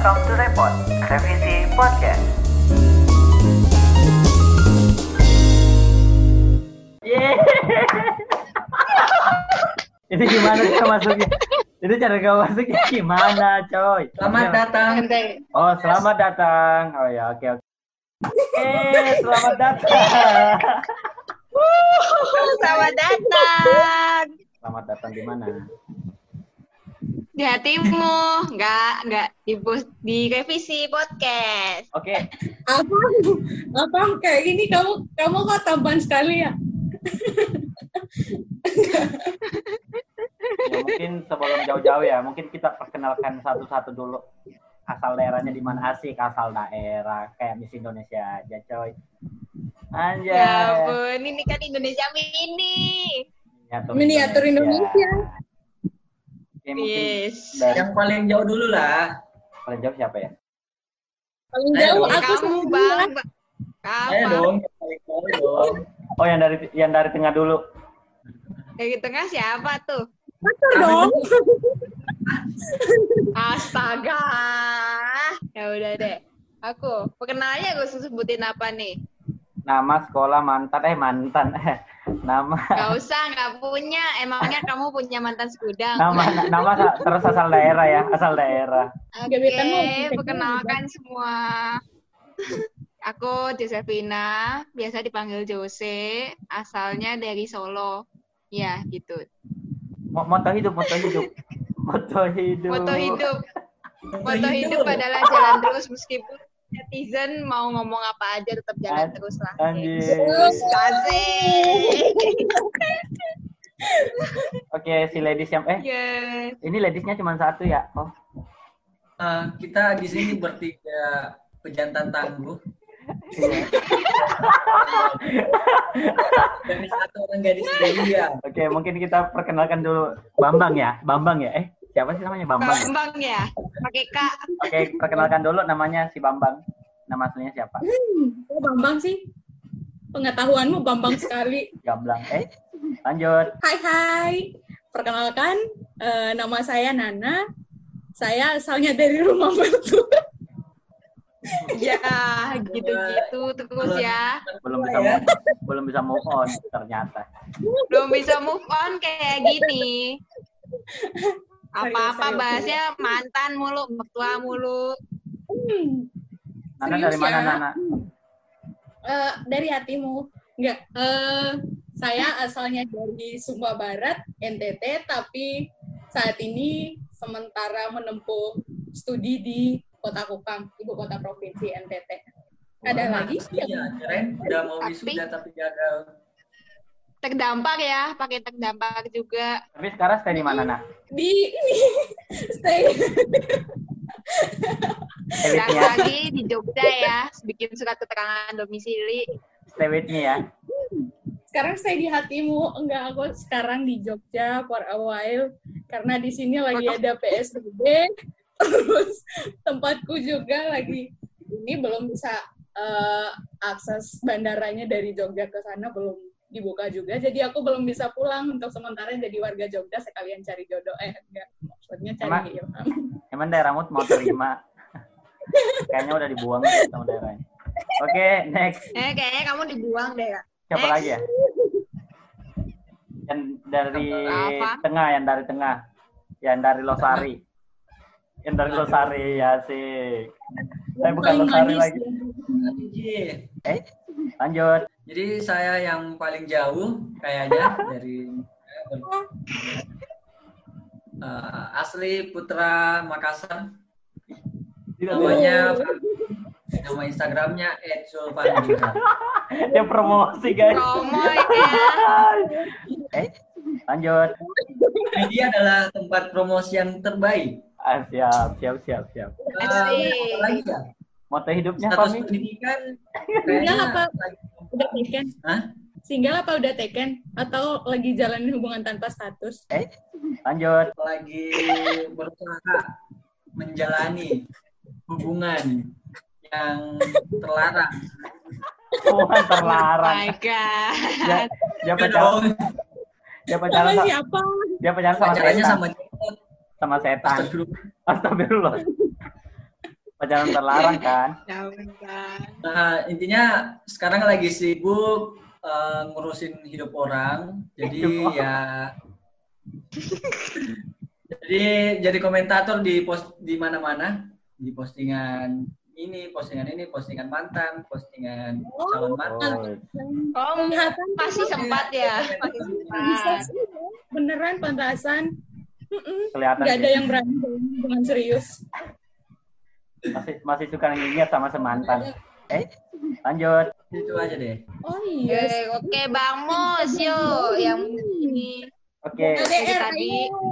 Welcome to Repot, Revisi Podcast. Yeay. Ini gimana cara masuknya? Ini cara gak masuknya gimana, coy? Selamat datang. Oh, selamat datang. Oh ya, oke. Selamat datang. Selamat datang. Selamat datang di mana? Di hatimu, enggak di revisi podcast. Oke. Apa kayak gini kamu kok tampan sekali ya? Ya, mungkin sebelum jauh-jauh ya, mungkin kita perkenalkan satu-satu dulu. Asal daerahnya di mana, asik, asal daerah kayak Miss Indonesia aja, coy. Anjay. Ya ampun, ini kan Indonesia mini. Miniatur Indonesia. Oke, mungkin Yes. dari Yang paling jauh dulu lah. paling jauh siapa ya? Paling Ayo jauh dong. Ya, aku kamu sendiri. bang. Ayo Apa? dong, yang paling jauh dong. Oh, yang dari tengah dulu. Dari tengah siapa tuh? Aku dong. Astaga. Ya udah deh. Aku perkenalannya gue sebutin apa nih? Nama, sekolah, mantan. Nama Nggak punya. Emangnya kamu punya mantan segudang? nama terus asal daerah ya, asal daerah. Gebetanmu, Oke, perkenalkan semua. Aku Josephina, biasa dipanggil Jose, asalnya dari Solo. Ya, gitu. Moto hidup. Moto hidup adalah jalan terus meskipun netizen mau ngomong apa aja tetap jalan terus lah. Anjir. Asik. Oke, si ladies yang Yes. ini ladiesnya cuma satu ya. Oh, Kita di sini bertiga pejantan tangguh. Dari satu orang gadis belia. oke, mungkin kita perkenalkan dulu Bambang ya. Siapa sih namanya Bambang? Ya? Bambang ya, pakai K. Oke, perkenalkan dulu namanya si Bambang. Nama aslinya siapa? Oh, Bambang sih. Pengetahuanmu Bambang sekali. Gamblang. Lanjut. Hai. Perkenalkan, nama saya Nana. Saya asalnya dari Rumah Batu. Ya, gitu-gitu terus ya. Belum bisa move on ternyata. Belum bisa move on kayak gini. Apa-apa bahasnya mantan mulu, mertua mulu. Nana Serius dari mana, ya? Nana? Dari hatimu. Enggak. Saya asalnya dari Sumba Barat, NTT, tapi saat ini sementara menempuh studi di Kota Kupang, ibu kota provinsi NTT. Ada lagi? Iya, keren. Udah mau wisuda tapi gagal. Terdampak ya, pakai terdampak juga. Tapi sekarang stay di mana, Nak? Di ini stay. Sekarang lagi di Jogja ya, bikin surat keterangan domisili. Stay with me ya. Sekarang stay di hatimu. Enggak, aku sekarang di Jogja for a while karena di sini lagi ada PSBB. Terus tempatku juga lagi ini belum bisa akses bandaranya dari Jogja ke sana belum dibuka juga. Jadi aku belum bisa pulang untuk sementara jadi warga Jogja sekalian cari jodoh. Enggak, maksudnya cari ilham. Emang daerahmu mau terima? Kayaknya udah dibuang sama daerahnya. Oke, next. Kayaknya kamu dibuang deh ya. Siapa lagi ya? Yang dari Apa? tengah. Yang dari Losari. Ya sih. Saya bukan Paling Losari manis lagi. ya. Lanjut. Jadi saya yang paling jauh kayaknya dari asli Putra Makassar. Nama Instagramnya @sulfanjura. Dia promosi, guys. Promo ya. Lanjut. Ini adalah tempat promosi yang terbaik. Siap. Apa lagi ya? Moto hidupnya apa Status nih? pendidikan Single kayaknya apa? Udah taken? Hah? Single apa udah taken? Atau lagi jalanin hubungan tanpa status? Lanjut. lagi berusaha menjalani hubungan yang terlarang. Tuhan Oh terlarang. my God. Dia Ya pacaran. dong, Dia pacaran sama pacarannya setan. sama Sama setan. Astagfirullah. Astagfirullah. Pacaran terlarang kan? Jangan kan. Nah, intinya sekarang lagi sibuk ngurusin hidup orang. Jadi Hidup ya jadi komentator di mana-mana, di postingan ini, postingan mantan, postingan calon mantan. Oh, Oh, masih sempat ya. Masih Bisa sempat. sih ya. Beneran pantasan. kelihatan Nggak ada sih. yang berani dengan serius. Masih suka nginget sama semantan. Lanjut. Itu aja deh. Oh iya. Oke, Bang Mus, yuk yang ini. Oke. LDR tadi. ayo.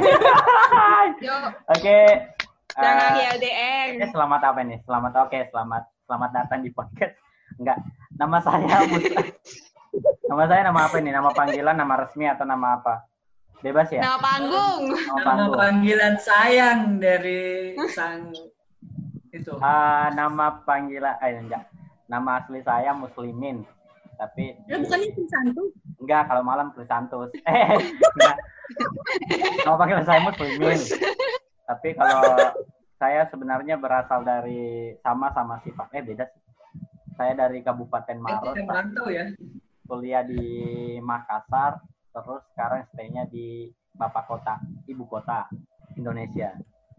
Yuk, Oke. jangan Eh, LDR. selamat apa nih? Selamat datang di podcast. Enggak. Nama saya Nama saya nama apa nih? Nama panggilan, nama resmi atau nama apa? Bebas ya? Nama panggung. Nama Nama panggung. panggilan sayang dari sang itu. Nama panggilan enggak. Nama asli saya Muslimin. Tapi Ya bukannya Santu. enggak, kalau malam Krisantus. Enggak. Nama panggilan saya Muslimin. Tapi kalau saya sebenarnya berasal dari sama sifat. Beda sih. Saya dari Kabupaten Maros. Yang merantau ya. Kuliah di Makassar. Terus sekarang stay-nya di ibu kota Indonesia.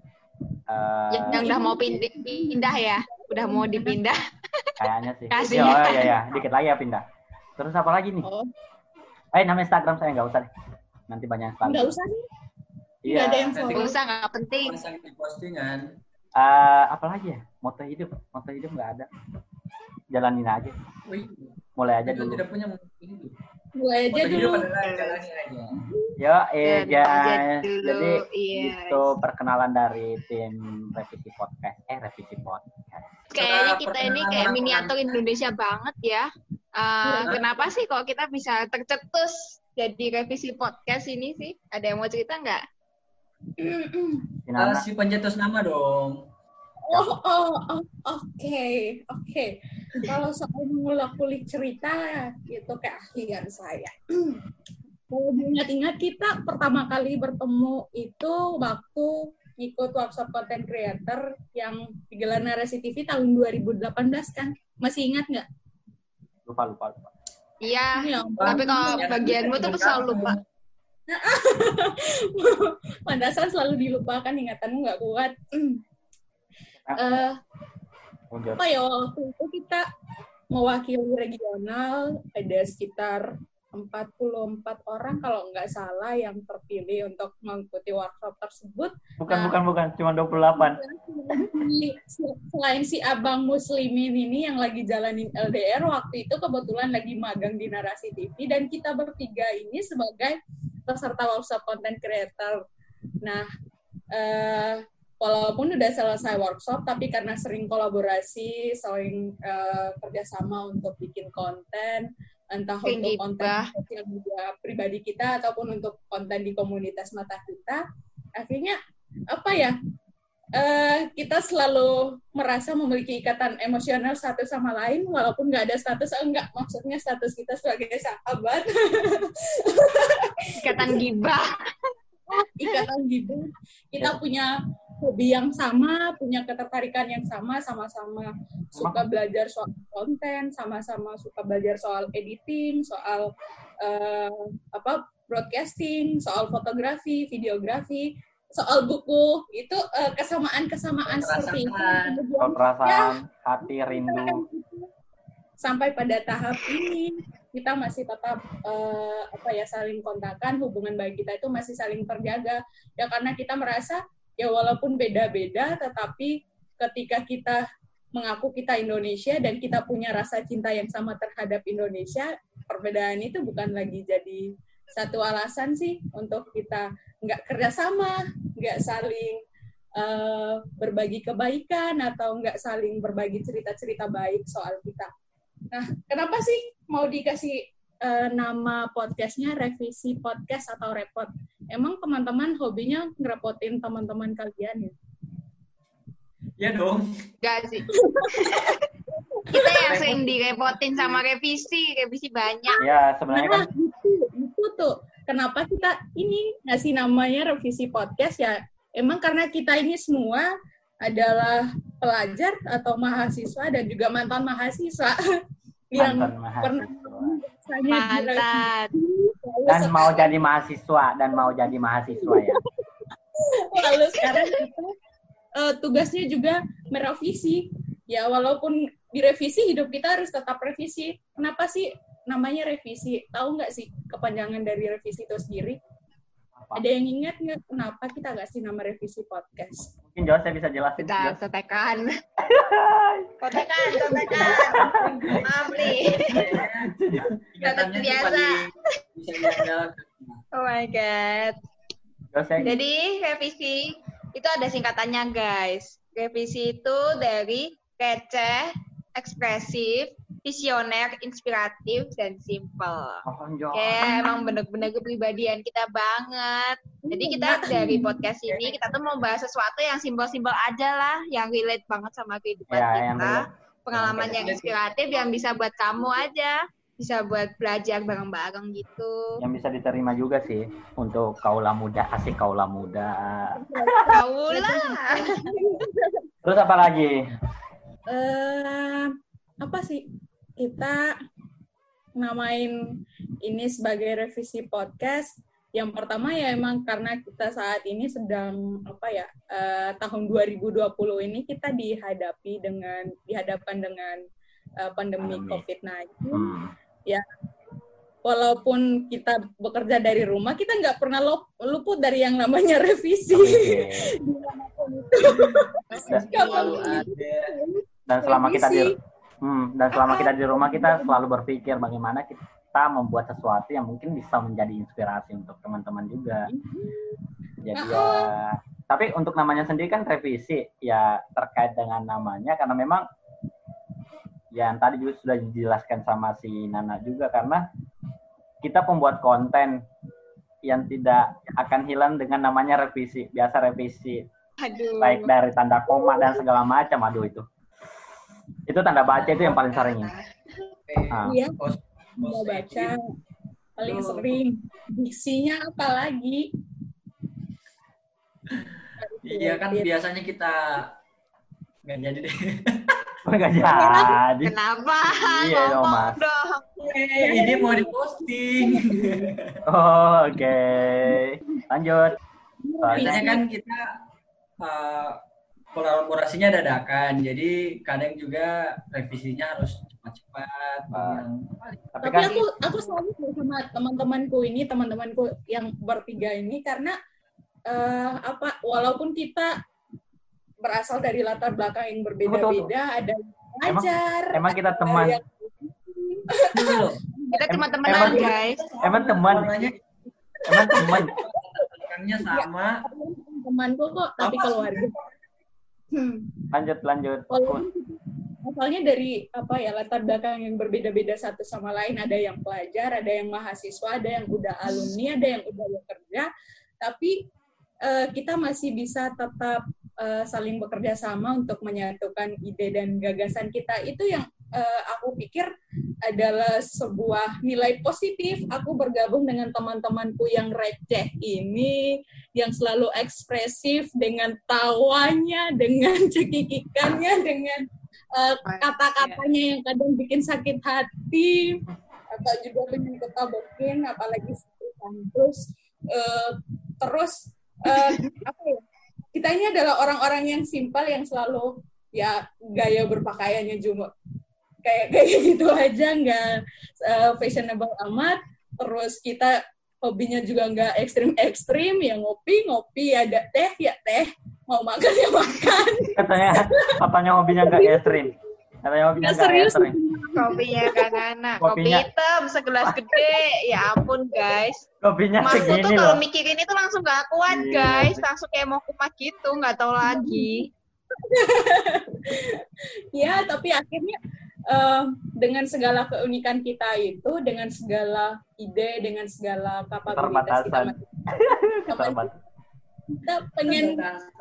Yang udah mau pindah ya. Udah mau dipindah. Kayaknya sih. Kasih. Ya. Dikit lagi ya pindah. Terus apa lagi nih? Oh, Nama Instagram saya nggak usah deh. Nanti banyak sekali. nggak usah nih. Iya. Nggak ada yang nanti Gak usah, gak penting. pasang di postingan. Apa lagi ya? Moto hidup nggak ada. Jalanin aja. Wih, Mulai aja kita dulu. tidak punya moto hidup. Mulai aja Moto hidup dulu. adalah jalani aja. Yo, Jalanin guys. aja dulu, Jadi iya. itu perkenalan dari tim Revisi Podcast. Revisi Podcast. Kayaknya kita ini kayak Perkenalan miniatur Indonesia banget ya. Kenapa sih kok kita bisa tercetus jadi revisi podcast ini sih? Ada yang mau cerita nggak? Sinana. Si pencetus nama dong. Oke. Kalau soal mengulang kulik cerita, itu keahlian saya. Kalau diingat-ingat, kita pertama kali bertemu itu waktu ikut workshop content creator yang digelar Narasi TV tahun 2018 kan? Masih ingat nggak? Lupa. Iya, Ya, tapi kalau bagianmu tuh selalu lupa. Pandasan selalu dilupakan, ingatanmu nggak kuat. Lanjut. Apa ya, waktu itu kita mewakili regional, ada sekitar 44 orang kalau nggak salah yang terpilih untuk mengikuti workshop tersebut. Bukan. Cuma 28. Selain si Abang Muslimin ini yang lagi jalanin LDR, waktu itu kebetulan lagi magang di Narasi TV, dan kita bertiga ini sebagai peserta workshop content creator. Nah, walaupun udah selesai workshop, tapi karena sering kolaborasi, sering kerjasama untuk bikin konten, entah untuk konten di sosial media pribadi kita ataupun untuk konten di komunitas mata kita, akhirnya kita selalu merasa memiliki ikatan emosional satu sama lain, walaupun nggak ada status, maksudnya status kita sebagai sahabat. Ikatan gibah. Ikatan gitu. Kita punya hobi yang sama, punya ketertarikan yang sama-sama suka belajar soal konten, sama-sama suka belajar soal editing, soal broadcasting, soal fotografi, videografi, soal buku. Itu kesamaan-kesamaan seperti itu. Soal perasaan, hati, rindu. Sampai pada tahap ini kita masih tetap saling kontakan, hubungan baik kita itu masih saling terjaga. Ya karena kita merasa ya walaupun beda-beda, tetapi ketika kita mengaku kita Indonesia dan kita punya rasa cinta yang sama terhadap Indonesia, perbedaan itu bukan lagi jadi satu alasan sih untuk kita nggak kerjasama, nggak saling berbagi kebaikan, atau nggak saling berbagi cerita-cerita baik soal kita. Nah, kenapa sih mau dikasih nama podcastnya Revisi Podcast atau Repot? Emang teman-teman hobinya ngerepotin teman-teman kalian ya? Iya dong. Enggak sih. Kita yang sering direpotin sama revisi banyak. Ya, sebenarnya kan itu tuh. Kenapa kita ini ngasih namanya Revisi Podcast ya? Emang karena kita ini semua adalah pelajar atau mahasiswa dan juga mantan mahasiswa yang pernah mantan dan mau jadi mahasiswa ya. Lalu sekarang kita tugasnya juga merevisi. Ya walaupun direvisi, hidup kita harus tetap revisi. Kenapa sih namanya revisi? Tahu nggak sih kepanjangan dari revisi itu sendiri? Ada yang ingat nggak kenapa kita nggak sih nama revisi podcast? Mungkin Jos saya bisa jelasin. kita tetekan maaf nih biasa. Oh my god. Jadi revisi itu ada singkatannya guys. Revisi itu dari receh, ekspresif, visioner, inspiratif, dan simple. Kayak emang bener-bener kepribadian kita banget. Jadi kita dari podcast ini, kita tuh mau bahas sesuatu yang simpel-simpel aja lah, yang relate banget sama kehidupan kita. Pengalaman yang inspiratif, yang bisa buat kamu aja. Bisa buat belajar bareng-bareng gitu. Yang bisa diterima juga sih untuk kaula muda, asik kaula muda. Kaula. Terus apa lagi? Apa sih? Kita namain ini sebagai revisi podcast. Yang pertama ya emang karena kita saat ini sedang tahun 2020 ini kita dihadapkan dengan pandemi COVID-19. Ya, walaupun kita bekerja dari rumah, kita nggak pernah luput dari yang namanya revisi. Dan selama kita di rumah, kita selalu berpikir bagaimana kita membuat sesuatu yang mungkin bisa menjadi inspirasi untuk teman-teman juga. Jadi tapi untuk namanya sendiri kan revisi, ya terkait dengan namanya karena memang yang tadi juga sudah dijelaskan sama si Nana juga, karena kita pembuat konten yang tidak akan hilang dengan namanya revisi. Biasa revisi. Baik dari tanda koma dan segala macam. Itu tanda baca itu yang paling sering. Iya, tanda baca paling sering. Diksinya apa lagi? Iya kan biasanya kita nggak jadi deh. Nggak jadi. Kenapa? Iya dong, Mas. Ini mau diposting. Oh, oke. Lanjut. Biasanya kan kita kolaborasinya dadakan, jadi kadang juga revisinya harus cepat-cepat. Tapi aku selalu sama teman-temanku yang bertiga ini karena walaupun kita berasal dari latar belakang yang berbeda-beda, ada yang belajar. Emang kita teman. Kita cuma temenan, guys. Emang teman. Belakangnya sama. Temanku kok, tapi keluarga. Lanjut. Asalnya dari latar belakang yang berbeda-beda satu sama lain. Ada yang pelajar, ada yang mahasiswa, ada yang udah alumni, ada yang udah bekerja. Tapi kita masih bisa tetap saling bekerja sama untuk menyatukan ide dan gagasan kita. Itu yang aku pikir adalah sebuah nilai positif. Aku bergabung dengan teman-temanku yang receh ini, yang selalu ekspresif dengan tawanya, dengan cekikikannya, dengan kata-katanya yang kadang bikin sakit hati, atau juga pengen ketabokin, apalagi terus kita ini adalah orang-orang yang simpel, yang selalu ya gaya berpakaiannya cuma kayak gitu aja, nggak fashionable amat. Terus kita hobinya juga nggak ekstrim, ya ngopi, ada teh, ya teh, mau makan ya makan. Katanya hobinya nggak ekstrim. Kopinya kan anak, kopi hitam segelas gede, ya ampun guys. Kopinya Masku segini tuh loh. kalau mikirin itu langsung gak kuat guys, langsung kayak mau kumat gitu, nggak tahu lagi. Ya, tapi akhirnya dengan segala keunikan kita itu, dengan segala ide, dengan segala kapabilitas kita pengen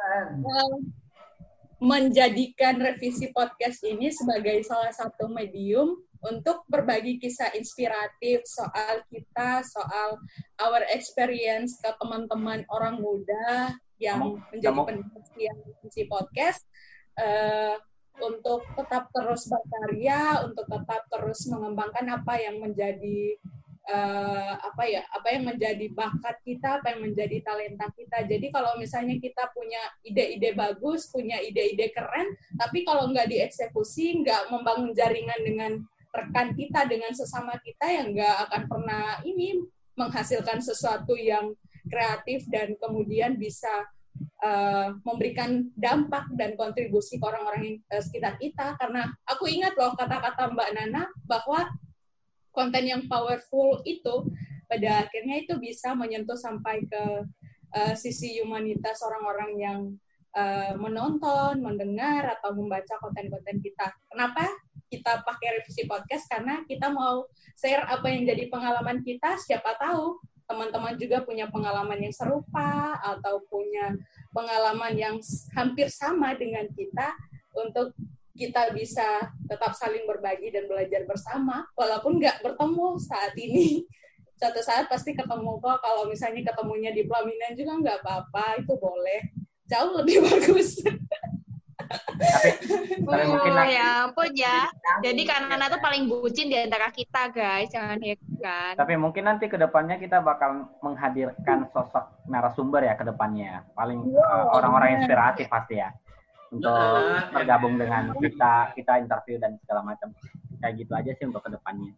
menjadikan revisi podcast ini sebagai salah satu medium untuk berbagi kisah inspiratif soal kita, soal our experience ke teman-teman orang muda yang menjadi pendengar revisi podcast. untuk tetap terus berkarya, untuk tetap terus mengembangkan apa yang menjadi apa yang menjadi bakat kita, apa yang menjadi talenta kita. Jadi kalau misalnya kita punya ide-ide bagus, punya ide-ide keren, tapi kalau nggak dieksekusi, nggak membangun jaringan dengan rekan kita, dengan sesama kita, yang nggak akan pernah menghasilkan sesuatu yang kreatif dan kemudian bisa memberikan dampak dan kontribusi ke orang-orang yang sekitar kita. Karena aku ingat loh kata-kata Mbak Nana bahwa konten yang powerful itu pada akhirnya itu bisa menyentuh sampai ke sisi humanitas orang-orang yang menonton, mendengar, atau membaca konten-konten kita. Kenapa kita pakai revisi podcast? Karena kita mau share apa yang jadi pengalaman kita. Siapa tahu teman-teman juga punya pengalaman yang serupa atau punya pengalaman yang hampir sama dengan kita, untuk kita bisa tetap saling berbagi dan belajar bersama, walaupun nggak bertemu saat ini. Suatu saat pasti ketemu kok. Kalau misalnya ketemunya di pelaminan juga nggak apa-apa, itu boleh. Jauh lebih bagus. tapi mungkin ya ampun ya. Jadi Nana tuh paling bucin di antara kita, guys. Jangan heran. Tapi mungkin nanti ke depannya kita bakal menghadirkan sosok narasumber ya ke depannya. Paling orang-orang inspiratif pasti ya. Untuk bergabung dengan kita interview dan segala macam. Kayak gitu aja sih untuk ke depannya.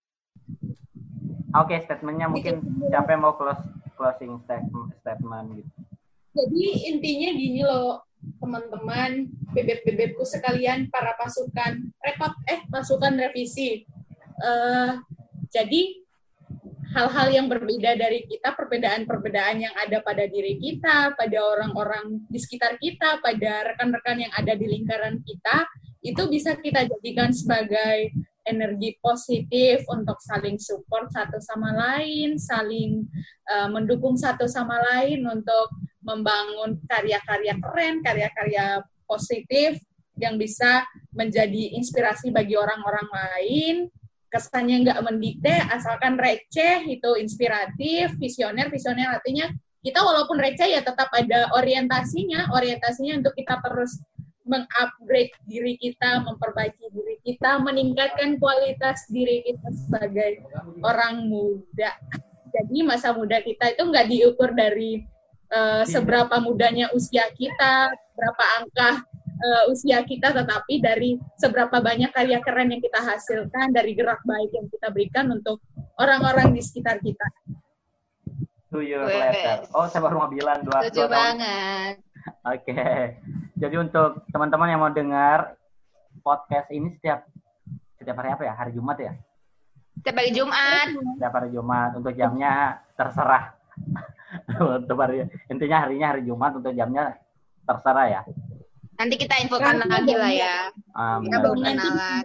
Oke, statementnya mungkin siapa yang mau closing statement gitu. Jadi intinya gini loh, teman-teman, bebek-bebekku sekalian, para pasukan revisi. Jadi hal-hal yang berbeda dari kita, perbedaan-perbedaan yang ada pada diri kita, pada orang-orang di sekitar kita, pada rekan-rekan yang ada di lingkaran kita, itu bisa kita jadikan sebagai energi positif untuk saling support satu sama lain, saling mendukung satu sama lain untuk membangun karya-karya keren, karya-karya positif yang bisa menjadi inspirasi bagi orang-orang lain. Kesannya nggak mendikte, asalkan receh, itu inspiratif, visioner artinya kita walaupun receh ya tetap ada orientasinya untuk kita terus mengupgrade diri kita, memperbaiki diri kita, meningkatkan kualitas diri kita sebagai orang muda. Jadi masa muda kita itu nggak diukur dari seberapa mudanya usia kita, berapa angka usia kita, tetapi dari seberapa banyak karya keren yang kita hasilkan, dari gerak baik yang kita berikan untuk orang-orang di sekitar kita. To your letter. Oh, saya baru mau bilang 2 Lucu banget. Oke. Jadi untuk teman-teman yang mau dengar podcast ini setiap hari apa ya? Hari Jumat ya? Setiap hari Jumat. Setiap hari Jumat. Untuk jamnya terserah. Intinya harinya hari Jumat, untuk jamnya terserah ya. Nanti kita infokan lagi lah ya. Kita baru kenalan.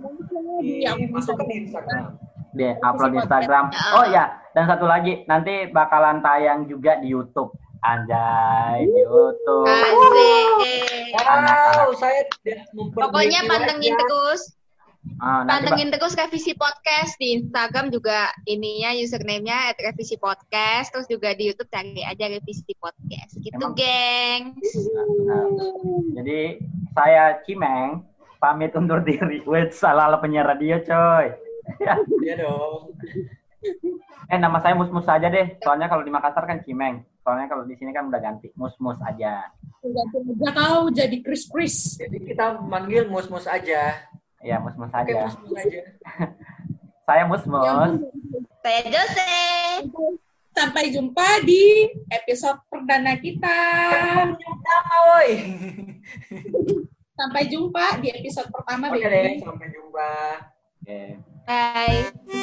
Di upload di Instagram. Oh ya, dan satu lagi, nanti bakalan tayang juga di YouTube. Anjay, di YouTube. Wow, saya tidak memperbaiki. Pokoknya pantengin wajah. terus. Pantengin terus Revisi Podcast di Instagram juga, ininya username-nya @revisi podcast, terus juga di YouTube cari aja Revisi Podcast gitu. Geng. Jadi saya Cimeng pamit undur diri. Wait, salah penyiar radio coy. Iya dong. Nama saya Mus aja deh. Soalnya kalau di Makassar kan Cimeng. Soalnya kalau di sini kan udah ganti. Mus aja. Udah kau jadi Chris. Jadi kita manggil Mus aja. Iya, Mus aja. Oke, Mus aja. Saya Mus. Saya Jose. Sampai jumpa di episode perdana kita. Sampai jumpa di episode pertama. Oke deh, sampai jumpa. Oke. Bye.